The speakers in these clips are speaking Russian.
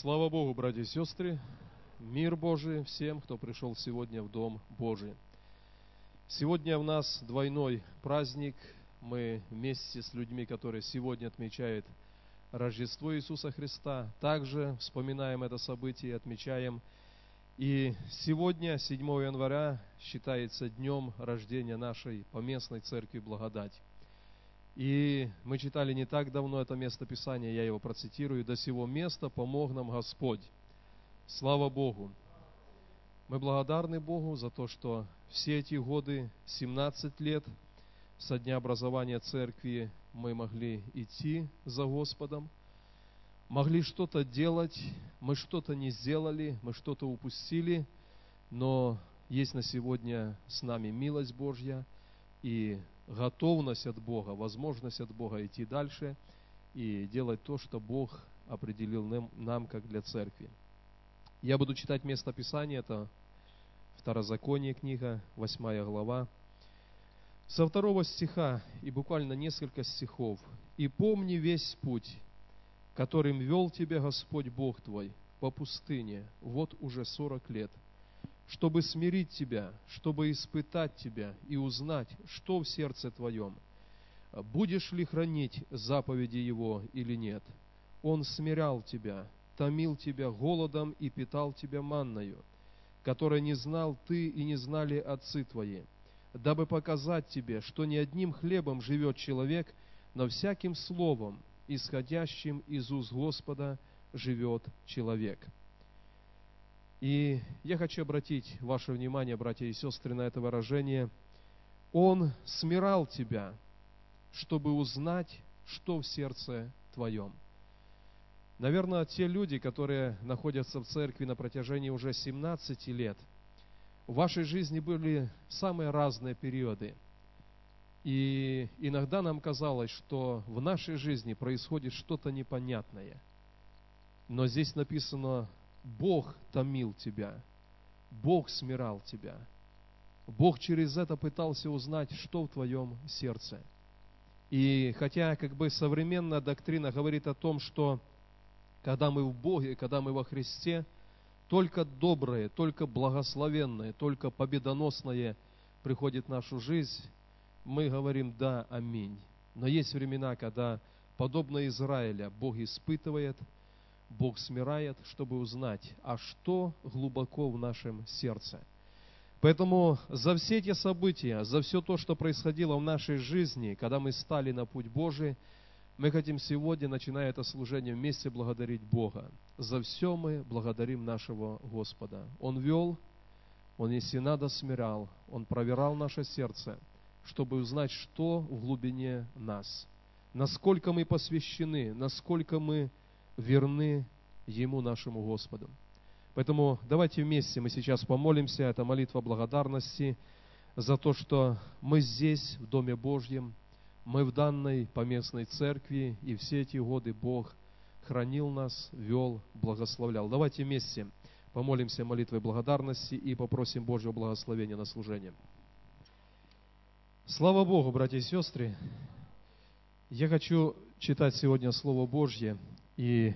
Слава Богу, братья и сестры, мир Божий всем, кто пришел сегодня в Дом Божий. Сегодня у нас двойной праздник. Мы вместе с людьми, которые сегодня отмечают Рождество Иисуса Христа, также вспоминаем это событие, отмечаем. И сегодня, 7 января, считается днем рождения нашей поместной церкви Благодать. И мы читали не так давно это место Писания, я его процитирую. «До сего места помог нам Господь». Слава Богу! Мы благодарны Богу за то, что все эти годы, 17 лет со дня образования церкви, мы могли идти за Господом, могли что-то делать, мы что-то не сделали, мы что-то упустили, но есть на сегодня с нами милость Божья и готовность от Бога, возможность от Бога идти дальше и делать то, что Бог определил нам как для церкви. Я буду читать место Писания, это Второзаконие книга, 8 глава, со 2 стиха и буквально несколько стихов. «И помни весь путь, которым вел тебя Господь Бог твой по пустыне, вот уже 40 лет, чтобы смирить тебя, чтобы испытать тебя и узнать, что в сердце твоем, будешь ли хранить заповеди Его или нет. Он смирял тебя, томил тебя голодом и питал тебя манною, которой не знал ты и не знали отцы твои, дабы показать тебе, что не одним хлебом живет человек, но всяким словом, исходящим из уст Господа, живет человек». И я хочу обратить ваше внимание, братья и сестры, на это выражение. Он смирал тебя, чтобы узнать, что в сердце твоем. Наверное, те люди, которые находятся в церкви на протяжении уже 17 лет, в вашей жизни были самые разные периоды. И иногда нам казалось, что в нашей жизни происходит что-то непонятное. Но здесь написано: Бог томил тебя, Бог смирал тебя. Бог через это пытался узнать, что в твоем сердце. И хотя современная доктрина говорит о том, что когда мы в Боге, когда мы во Христе, только доброе, только благословенное, только победоносное приходит в нашу жизнь, мы говорим «да, аминь». Но есть времена, когда, подобно Израиля, Бог испытывает, Бог смиряет, чтобы узнать, а что глубоко в нашем сердце. Поэтому за все эти события, за все то, что происходило в нашей жизни, когда мы стали на путь Божий, мы хотим сегодня, начиная это служение, вместе благодарить Бога. За все мы благодарим нашего Господа. Он вел, Он, если надо, смирял, Он проверял наше сердце, чтобы узнать, что в глубине нас, насколько мы посвящены, насколько мы верны Ему, нашему Господу. Поэтому давайте вместе мы сейчас помолимся. Это молитва благодарности за то, что мы здесь, в Доме Божьем, мы в данной поместной церкви, и все эти годы Бог хранил нас, вел, благословлял. Давайте вместе помолимся молитвой благодарности и попросим Божьего благословения на служение. Слава Богу, братья и сестры! Я хочу читать сегодня Слово Божье и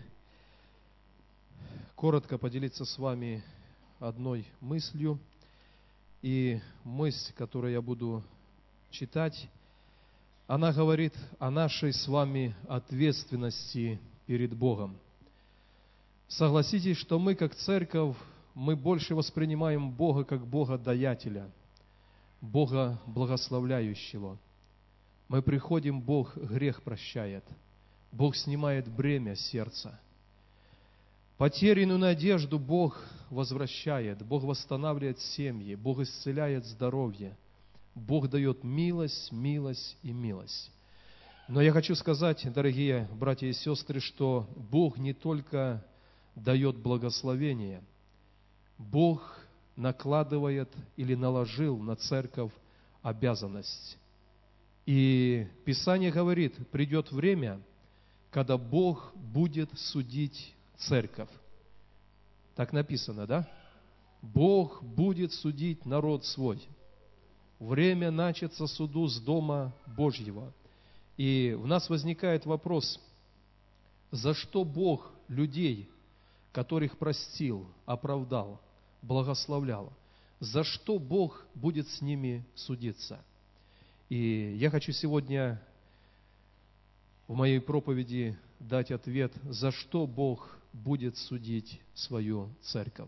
коротко поделиться с вами одной мыслью. И мысль, которую я буду читать, она говорит о нашей с вами ответственности перед Богом. Согласитесь, что мы, как церковь, мы больше воспринимаем Бога как Бога-даятеля, Бога благословляющего. Мы приходим, Бог грех прощает, Бог снимает бремя сердца. Потерянную надежду Бог возвращает, Бог восстанавливает семьи, Бог исцеляет здоровье, Бог дает милость, милость и милость. Но я хочу сказать, дорогие братья и сестры, что Бог не только дает благословение, Бог накладывает или наложил на церковь обязанность. И Писание говорит, придет время, когда Бог будет судить церковь. Так написано, да? Бог будет судить народ свой. Время начаться суду с Дома Божьего. И в нас возникает вопрос, за что Бог людей которых простил, оправдал, благословлял, за что Бог будет с ними судиться? И я хочу сегодня в моей проповеди дать ответ, за что Бог будет судить свою церковь.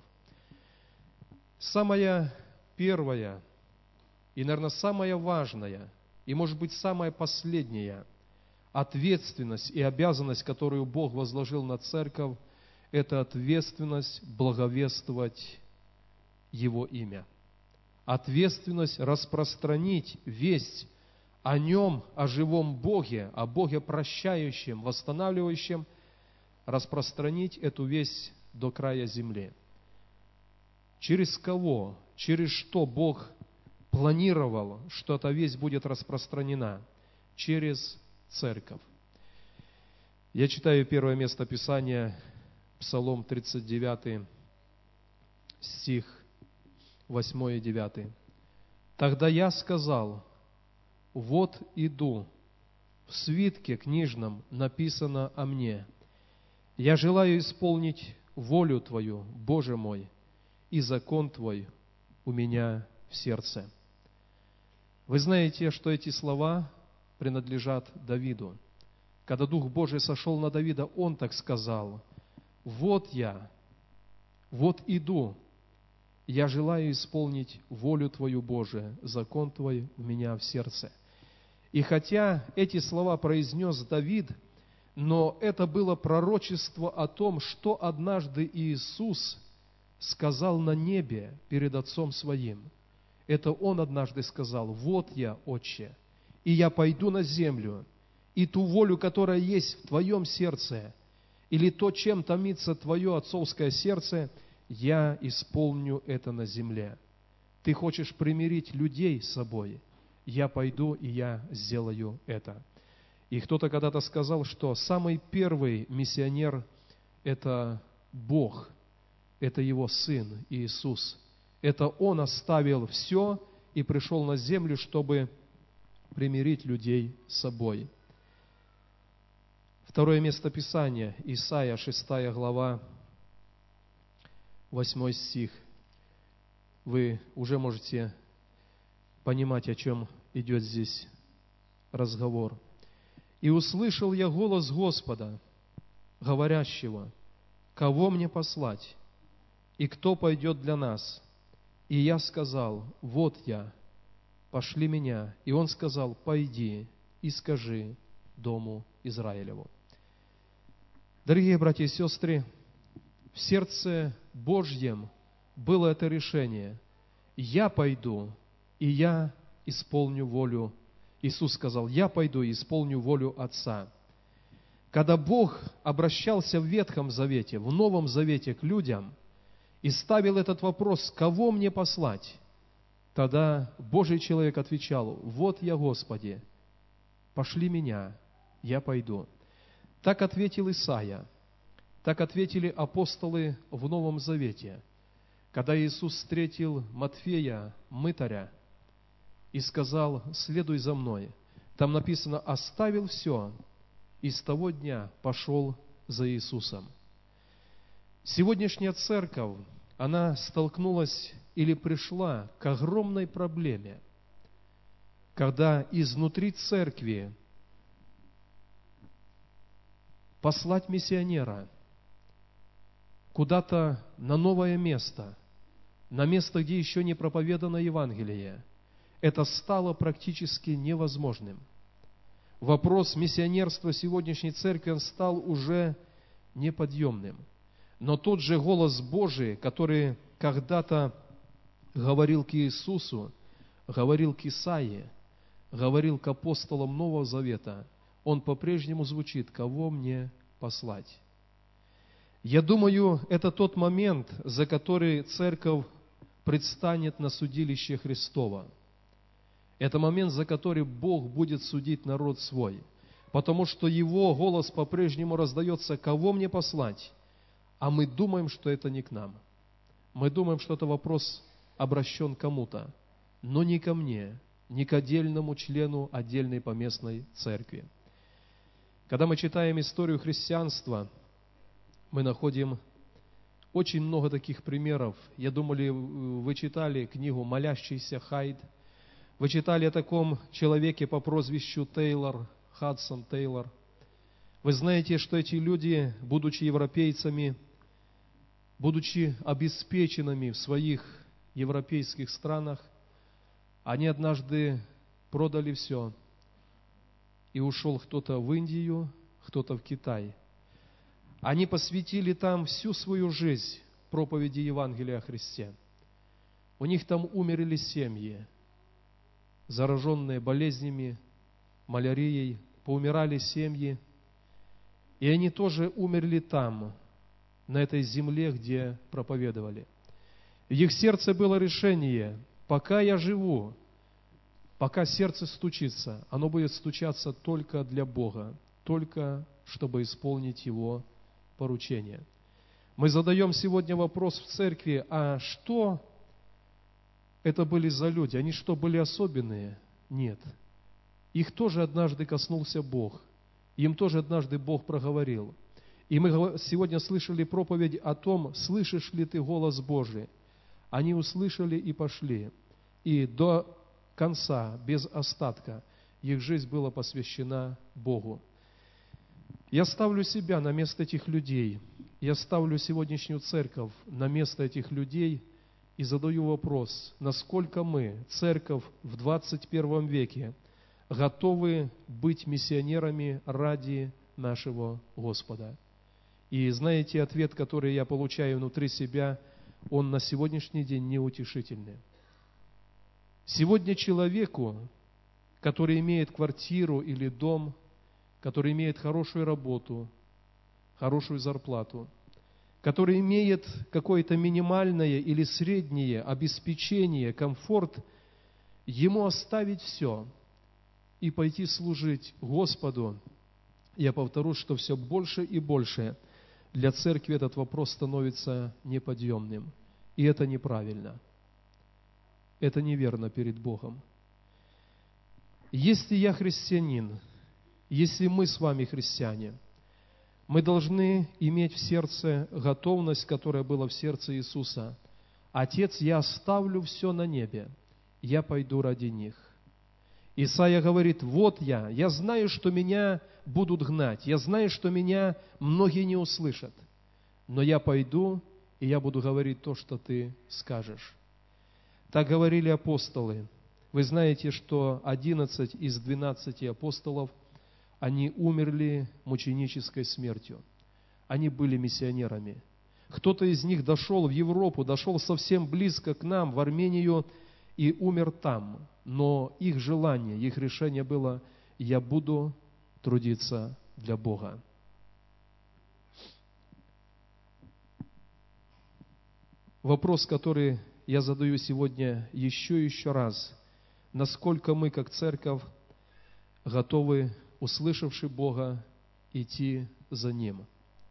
Самая первая и, наверное, самая важная, и, может быть, самая последняя ответственность и обязанность, которую Бог возложил на церковь, это ответственность благовествовать Его имя. Ответственность распространить весть о Нем, о живом Боге, о Боге прощающем, восстанавливающем, распространить эту весть до края земли. Через кого, через что Бог планировал, что эта весть будет распространена? Через церковь. Я читаю первое место Писания, Псалом 39, стих 8 и 9. «Тогда я сказал, вот иду, в свитке книжном написано о мне. Я желаю исполнить волю Твою, Боже мой, и закон Твой у меня в сердце». Вы знаете, что эти слова принадлежат Давиду. Когда Дух Божий сошел на Давида, он так сказал: «Вот я, вот иду, я желаю исполнить волю Твою, Боже, закон Твой у меня в сердце». И хотя эти слова произнес Давид, но это было пророчество о том, что однажды Иисус сказал на небе перед Отцом Своим. Это Он однажды сказал: «Вот я, Отче, и я пойду на землю, и ту волю, которая есть в Твоем сердце, или то, чем томится Твое отцовское сердце, я исполню это на земле. Ты хочешь примирить людей с собой, я пойду, и я сделаю это». И кто-то когда-то сказал, что самый первый миссионер – это Бог, это Его Сын Иисус. Это Он оставил все и пришел на землю, чтобы примирить людей с собой. Второе место Писания, Исайя, 6 глава, 8 стих. Вы уже можете понимать, о чем идет здесь разговор. «И услышал я голос Господа, говорящего: кого мне послать, и кто пойдет для нас? И я сказал: вот я, пошли меня. И он сказал: пойди и скажи дому Израилеву». Дорогие братья и сестры, в сердце Божьем было это решение: я пойду, и я исполню волю. Иисус сказал: я пойду и исполню волю Отца. Когда Бог обращался в Ветхом Завете, в Новом Завете к людям и ставил этот вопрос: кого мне послать? Тогда Божий человек отвечал: вот я, Господи, пошли меня, я пойду. Так ответил Исайя, так ответили апостолы в Новом Завете, когда Иисус встретил Матфея, мытаря, и сказал: следуй за мной. Там написано: оставил все, и с того дня пошел за Иисусом. Сегодняшняя церковь, она столкнулась или пришла к огромной проблеме, когда изнутри церкви послать миссионера куда-то на новое место, на место, где еще не проповедано Евангелие, это стало практически невозможным. Вопрос миссионерства сегодняшней церкви, он стал уже неподъемным. Но тот же голос Божий, который когда-то говорил к Иисусу, говорил к Исаии, говорил к апостолам Нового Завета, он по-прежнему звучит: кого мне послать? Я думаю, это тот момент, за который церковь предстанет на судилище Христово. Это момент, за который Бог будет судить народ свой, потому что Его голос по-прежнему раздается: кого мне послать? А мы думаем, что это не к нам. Мы думаем, что это вопрос обращен к кому-то, но не ко мне, не к отдельному члену отдельной поместной церкви. Когда мы читаем историю христианства, мы находим Очень много таких примеров. Я думаю, вы читали книгу «Молящийся Хайд». Вы читали о таком человеке по прозвищу Тейлор, Хадсон Тейлор. Вы знаете, что эти люди, будучи европейцами, будучи обеспеченными в своих европейских странах, они однажды продали все. И ушел кто-то в Индию, кто-то в Китай. Они посвятили там всю свою жизнь проповеди Евангелия о Христе. У них там умерли семьи, зараженные болезнями, малярией, поумирали семьи. И они тоже умерли там, на этой земле, где проповедовали. В их сердце было решение: пока я живу, пока сердце стучится, оно будет стучаться только для Бога, только чтобы исполнить Его поручение. Мы задаем сегодня вопрос в церкви: а что это были за люди? Они что, были особенные? Нет. Их тоже однажды коснулся Бог. Им тоже однажды Бог проговорил. И мы сегодня слышали проповедь о том, слышишь ли ты голос Божий. Они услышали и пошли. И до конца, без остатка, их жизнь была посвящена Богу. Я ставлю себя на место этих людей. Я ставлю сегодняшнюю церковь на место этих людей и задаю вопрос: насколько мы, церковь в 21 веке, готовы быть миссионерами ради нашего Господа? И знаете, ответ, который я получаю внутри себя, он на сегодняшний день неутешительный. Сегодня человеку, который имеет квартиру или дом, который имеет хорошую работу, хорошую зарплату, который имеет какое-то минимальное или среднее обеспечение, комфорт, ему оставить все и пойти служить Господу, я повторюсь, что все больше и больше для церкви этот вопрос становится неподъемным. И это неправильно. Это неверно перед Богом. Если я христианин, если мы с вами христиане, мы должны иметь в сердце готовность, которая была в сердце Иисуса. Отец, я оставлю все на небе, я пойду ради них. Исайя говорит: вот я знаю, что меня будут гнать, я знаю, что меня многие не услышат, но я пойду, и я буду говорить то, что ты скажешь. Так говорили апостолы. Вы знаете, что 11 из 12 апостолов, они умерли мученической смертью. Они были миссионерами. Кто-то из них дошел в Европу, дошел совсем близко к нам, в Армению, и умер там. Но их желание, их решение было: я буду трудиться для Бога. Вопрос, который я задаю сегодня еще и еще раз: насколько мы, как церковь, готовы, услышавши Бога, идти за Ним?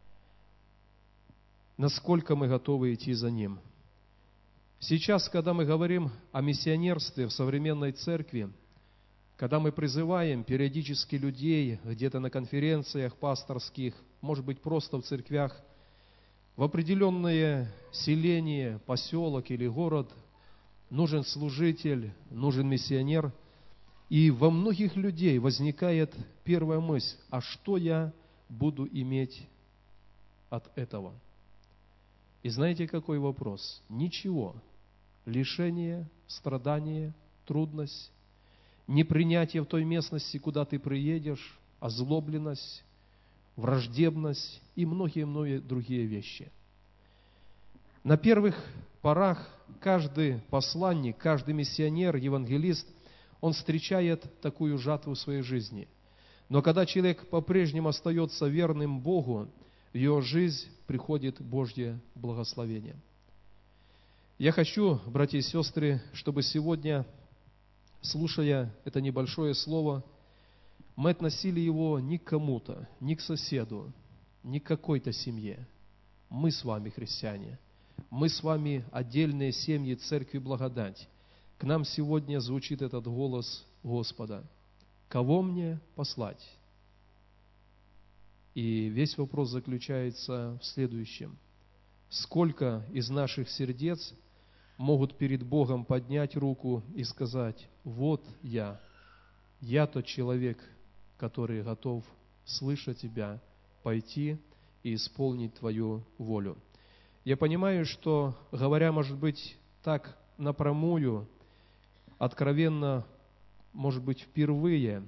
Насколько мы готовы идти за Ним? Сейчас, когда мы говорим о миссионерстве в современной церкви, когда мы призываем периодически людей где-то на конференциях пасторских, может быть, просто в церквях, в определенное селение, поселок или город нужен служитель, нужен миссионер, и во многих людей возникает первая мысль: а что я буду иметь от этого? И знаете, какой вопрос? Ничего. Лишение, страдание, трудность, непринятие в той местности, куда ты приедешь, озлобленность, враждебность и многие-многие другие вещи. На первых порах каждый посланник, каждый миссионер, евангелист, он встречает такую жатву в своей жизни. Но когда человек по-прежнему остается верным Богу, в его жизнь приходит Божье благословение. Я хочу, братья и сестры, чтобы сегодня, слушая это небольшое слово, мы относили его не к кому-то, не к соседу, не к какой-то семье. Мы с вами христиане. Мы с вами отдельные семьи Церкви Благодать. К нам сегодня звучит этот голос Господа: кого мне послать? И весь вопрос заключается в следующем: сколько из наших сердец могут перед Богом поднять руку и сказать: вот я тот человек, который готов слышать Тебя, пойти и исполнить Твою волю. Я понимаю, что, говоря, может быть, так напрямую, откровенно, может быть, впервые,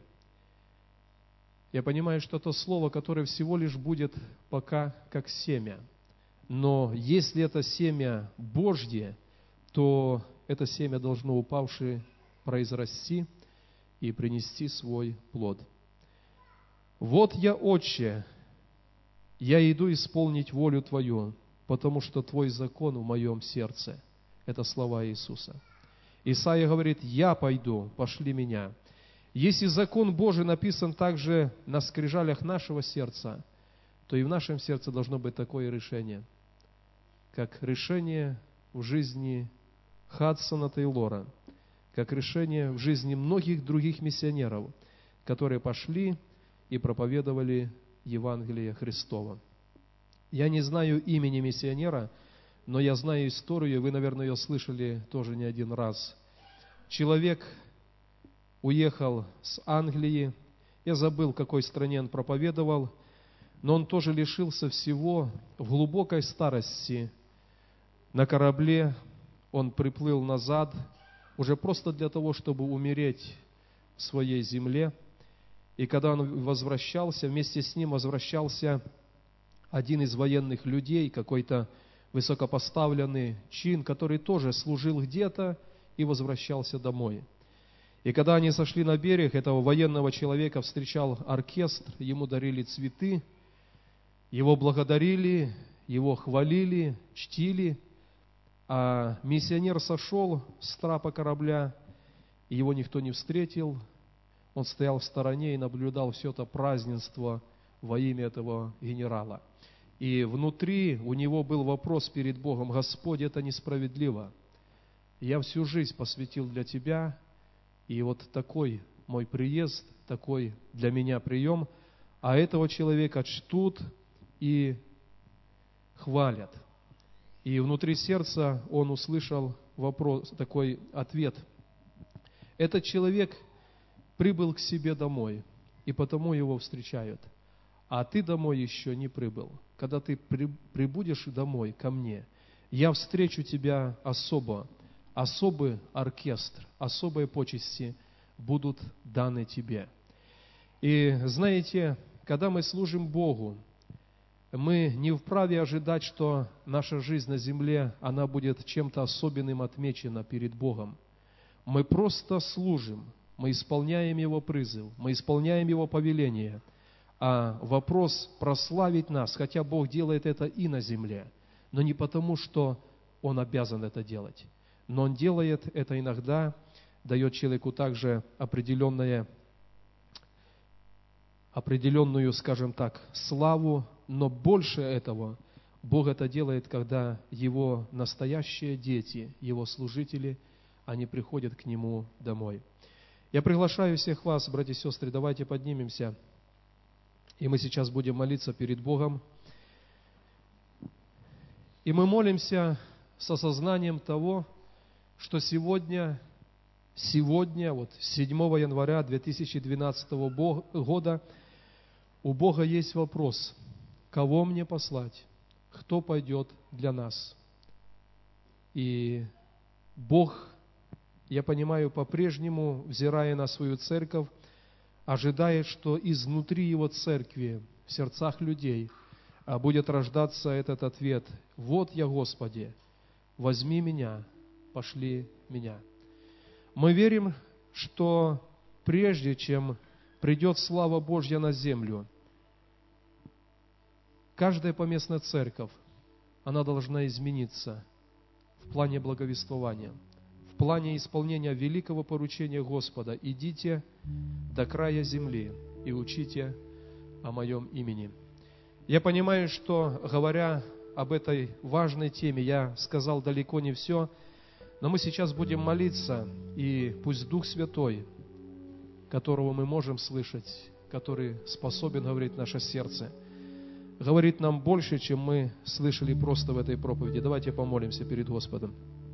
я понимаю, что это слово, которое всего лишь будет пока как семя. Но если это семя Божье, то это семя должно, упавшее, произрасти и принести свой плод. «Вот я, Отче, я иду исполнить волю Твою, потому что Твой закон в моем сердце». Это слова Иисуса. Исаия говорит: «Я пойду, пошли меня». Если закон Божий написан также на скрижалях нашего сердца, то и в нашем сердце должно быть такое решение, как решение в жизни Хадсона Тейлора, как решение в жизни многих других миссионеров, которые пошли и проповедовали Евангелие Христова. Я не знаю имени миссионера, но я знаю историю, вы, наверное, ее слышали тоже не один раз. Человек уехал с Англии, я забыл, в какой стране он проповедовал, но он тоже лишился всего в глубокой старости. На корабле он приплыл назад, уже просто для того, чтобы умереть в своей земле. И когда он возвращался, вместе с ним возвращался один из военных людей, какой-то высокопоставленный чин, который тоже служил где-то и возвращался домой. И когда они сошли на берег, этого военного человека встречал оркестр, ему дарили цветы, его благодарили, его хвалили, чтили, а миссионер сошел с трапа корабля, и его никто не встретил. Он стоял в стороне и наблюдал все это празднество во имя этого генерала. И внутри у него был вопрос перед Богом: Господь, это несправедливо. Я всю жизнь посвятил для Тебя, и вот такой мой приезд, такой для меня прием, а этого человека чтут и хвалят. И внутри сердца он услышал вопрос, такой ответ. Этот человек прибыл к себе домой, и потому его встречают. А ты домой еще не прибыл. Когда ты прибудешь домой ко мне, я встречу тебя особо. Особый оркестр, особые почести будут даны тебе. И знаете, когда мы служим Богу, мы не вправе ожидать, что наша жизнь на земле, она будет чем-то особенным отмечена перед Богом. Мы просто служим, мы исполняем Его призыв, мы исполняем Его повеление. А вопрос прославить нас, хотя Бог делает это и на земле, но не потому, что Он обязан это делать. Но Он делает это иногда, дает человеку также определенную, скажем так, славу, но больше этого Бог это делает, когда Его настоящие дети, Его служители, они приходят к Нему домой. Я приглашаю всех вас, братья и сестры, давайте поднимемся, и мы сейчас будем молиться перед Богом. И мы молимся с осознанием того, что сегодня, вот 7 января 2012 года, у Бога есть вопрос: кого мне послать, кто пойдет для нас? И Бог, я понимаю, по-прежнему, взирая на свою церковь, ожидает, что изнутри Его церкви, в сердцах людей, будет рождаться этот ответ: «Вот я, Господи, возьми меня, пошли меня». Мы верим, что прежде чем придет слава Божья на землю, каждая поместная церковь, она должна измениться в плане благовествования, в плане исполнения великого поручения Господа: «Идите до края земли и учите о Моем имени». Я понимаю, что, говоря об этой важной теме, я сказал далеко не все, но мы сейчас будем молиться, и пусть Дух Святой, которого мы можем слышать, который способен говорить в наше сердце, говорит нам больше, чем мы слышали просто в этой проповеди. Давайте помолимся перед Господом.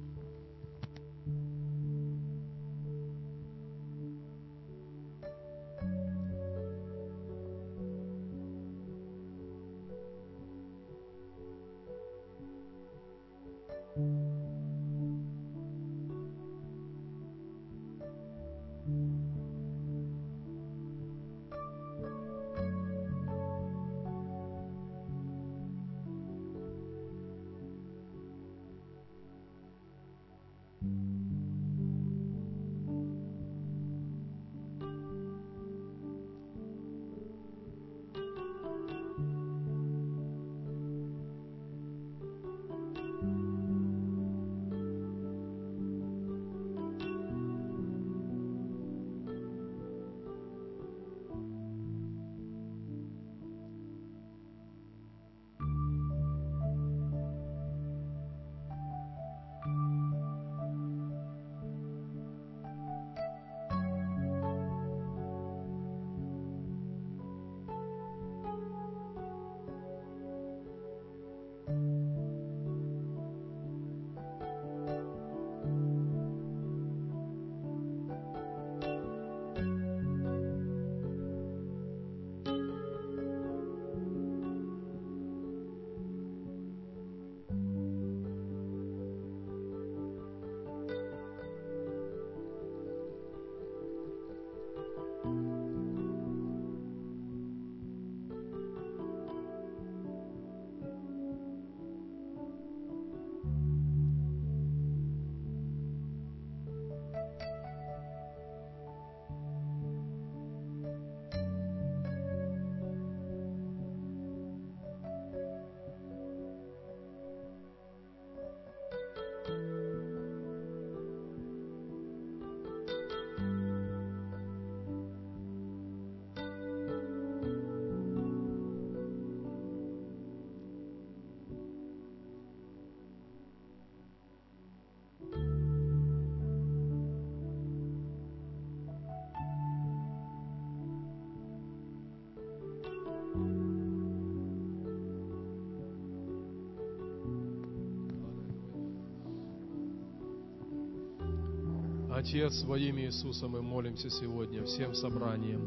Отец, во имя Иисуса мы молимся сегодня всем собранием.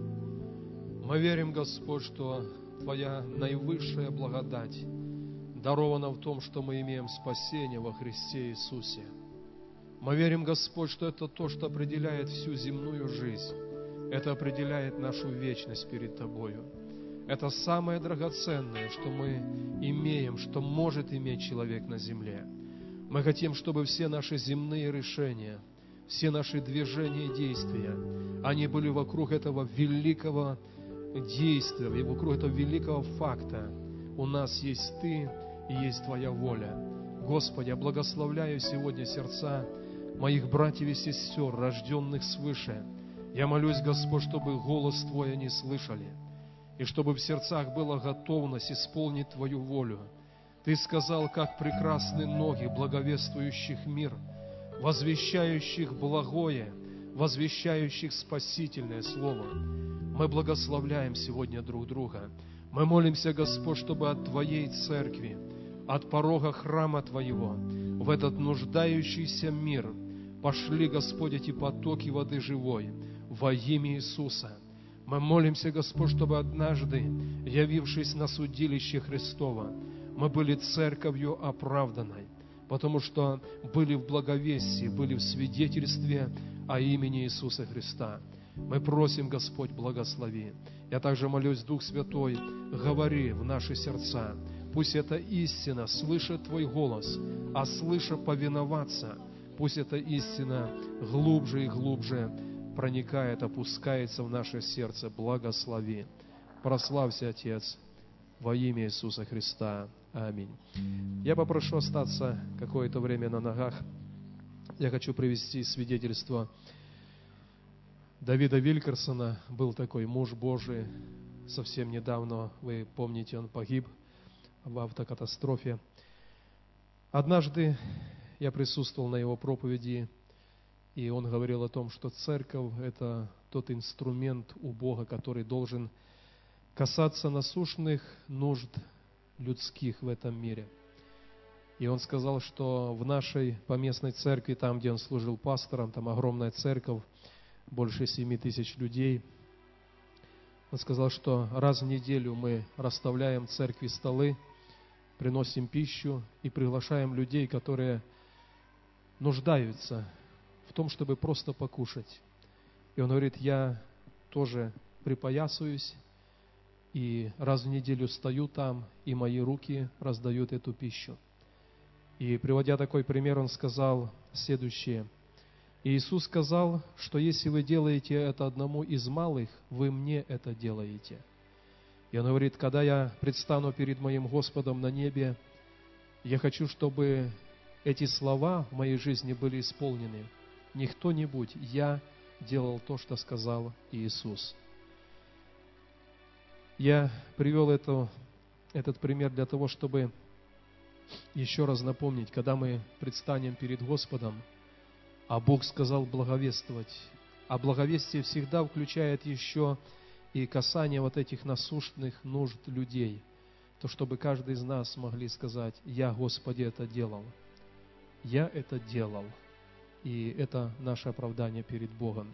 Мы верим, Господь, что Твоя наивысшая благодать дарована в том, что мы имеем спасение во Христе Иисусе. Мы верим, Господь, что это то, что определяет всю земную жизнь. Это определяет нашу вечность перед Тобою. Это самое драгоценное, что мы имеем, что может иметь человек на земле. Мы хотим, чтобы все наши земные решения, все наши движения и действия, они были вокруг этого великого действия, и вокруг этого великого факта. У нас есть Ты и есть Твоя воля. Господи, я благословляю сегодня сердца моих братьев и сестер, рожденных свыше. Я молюсь, Господь, чтобы голос Твой они слышали, и чтобы в сердцах была готовность исполнить Твою волю. Ты сказал, как прекрасны ноги благовествующих мир, возвещающих благое, возвещающих спасительное Слово. Мы благословляем сегодня друг друга. Мы молимся, Господь, чтобы от Твоей церкви, от порога храма Твоего, в этот нуждающийся мир пошли, Господь, эти потоки воды живой во имя Иисуса. Мы молимся, Господь, чтобы однажды, явившись на судилище Христово, мы были церковью оправданной, потому что были в благовестии, были в свидетельстве о имени Иисуса Христа. Мы просим, Господь, благослови. Я также молюсь, Дух Святой, говори в наши сердца. Пусть эта истина слышит Твой голос, а слыша повиноваться, пусть эта истина глубже и глубже проникает, опускается в наше сердце. Благослови. Прославься, Отец, во имя Иисуса Христа. Аминь. Я попрошу остаться какое-то время на ногах. Я хочу привести свидетельство Давида Вилькерсона. Был такой муж Божий. Совсем недавно, вы помните, он погиб в автокатастрофе. Однажды я присутствовал на его проповеди, и он говорил о том, что церковь – это тот инструмент у Бога, который должен касаться насущных нужд людских в этом мире. И он сказал, что в нашей поместной церкви, там, где он служил пастором, там огромная церковь, больше 7 тысяч людей. Он сказал, что раз в неделю мы расставляем в церкви столы, приносим пищу и приглашаем людей, которые нуждаются в том, чтобы просто покушать. И он говорит, я тоже припоясываюсь, и раз в неделю стою там, и мои руки раздают эту пищу. И приводя такой пример, он сказал следующее. Иисус сказал, что если вы делаете это одному из малых, вы мне это делаете. И он говорит, когда я предстану перед моим Господом на небе, я хочу, чтобы эти слова в моей жизни были исполнены. Не кто-нибудь, я делал то, что сказал Иисус. Я привел этот пример для того, чтобы еще раз напомнить, когда мы предстанем перед Господом, а Бог сказал благовествовать, а благовестие всегда включает еще и касание вот этих насущных нужд людей, то чтобы каждый из нас могли сказать, я, Господи, это делал, я это делал, и это наше оправдание перед Богом.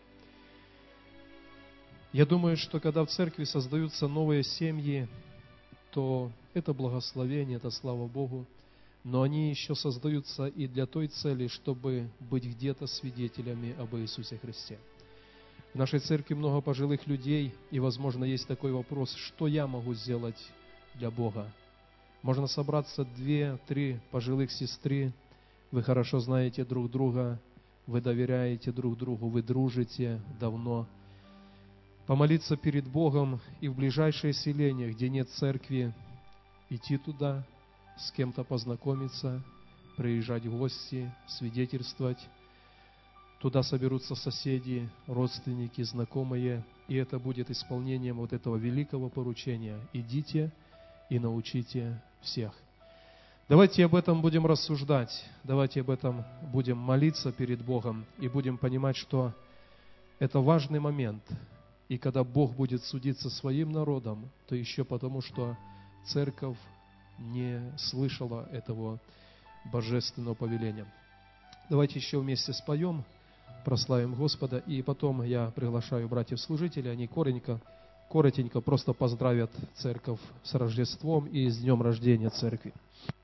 Я думаю, что когда в церкви создаются новые семьи, то это благословение, это слава Богу, но они еще создаются и для той цели, чтобы быть где-то свидетелями об Иисусе Христе. В нашей церкви много пожилых людей, и, возможно, есть такой вопрос, что я могу сделать для Бога? Можно собраться 2-3 пожилых сестры, вы хорошо знаете друг друга, вы доверяете друг другу, вы дружите давно. Помолиться перед Богом и в ближайшее селение, где нет церкви, идти туда, с кем-то познакомиться, приезжать в гости, свидетельствовать. Туда соберутся соседи, родственники, знакомые, и это будет исполнением вот этого великого поручения. Идите и научите всех. Давайте об этом будем рассуждать, давайте об этом будем молиться перед Богом и будем понимать, что это важный момент. И когда Бог будет судить со своим народом, то еще потому, что церковь не слышала этого божественного повеления. Давайте еще вместе споем, прославим Господа, и потом я приглашаю братьев-служителей, они коротенько просто поздравят церковь с Рождеством и с днем рождения церкви.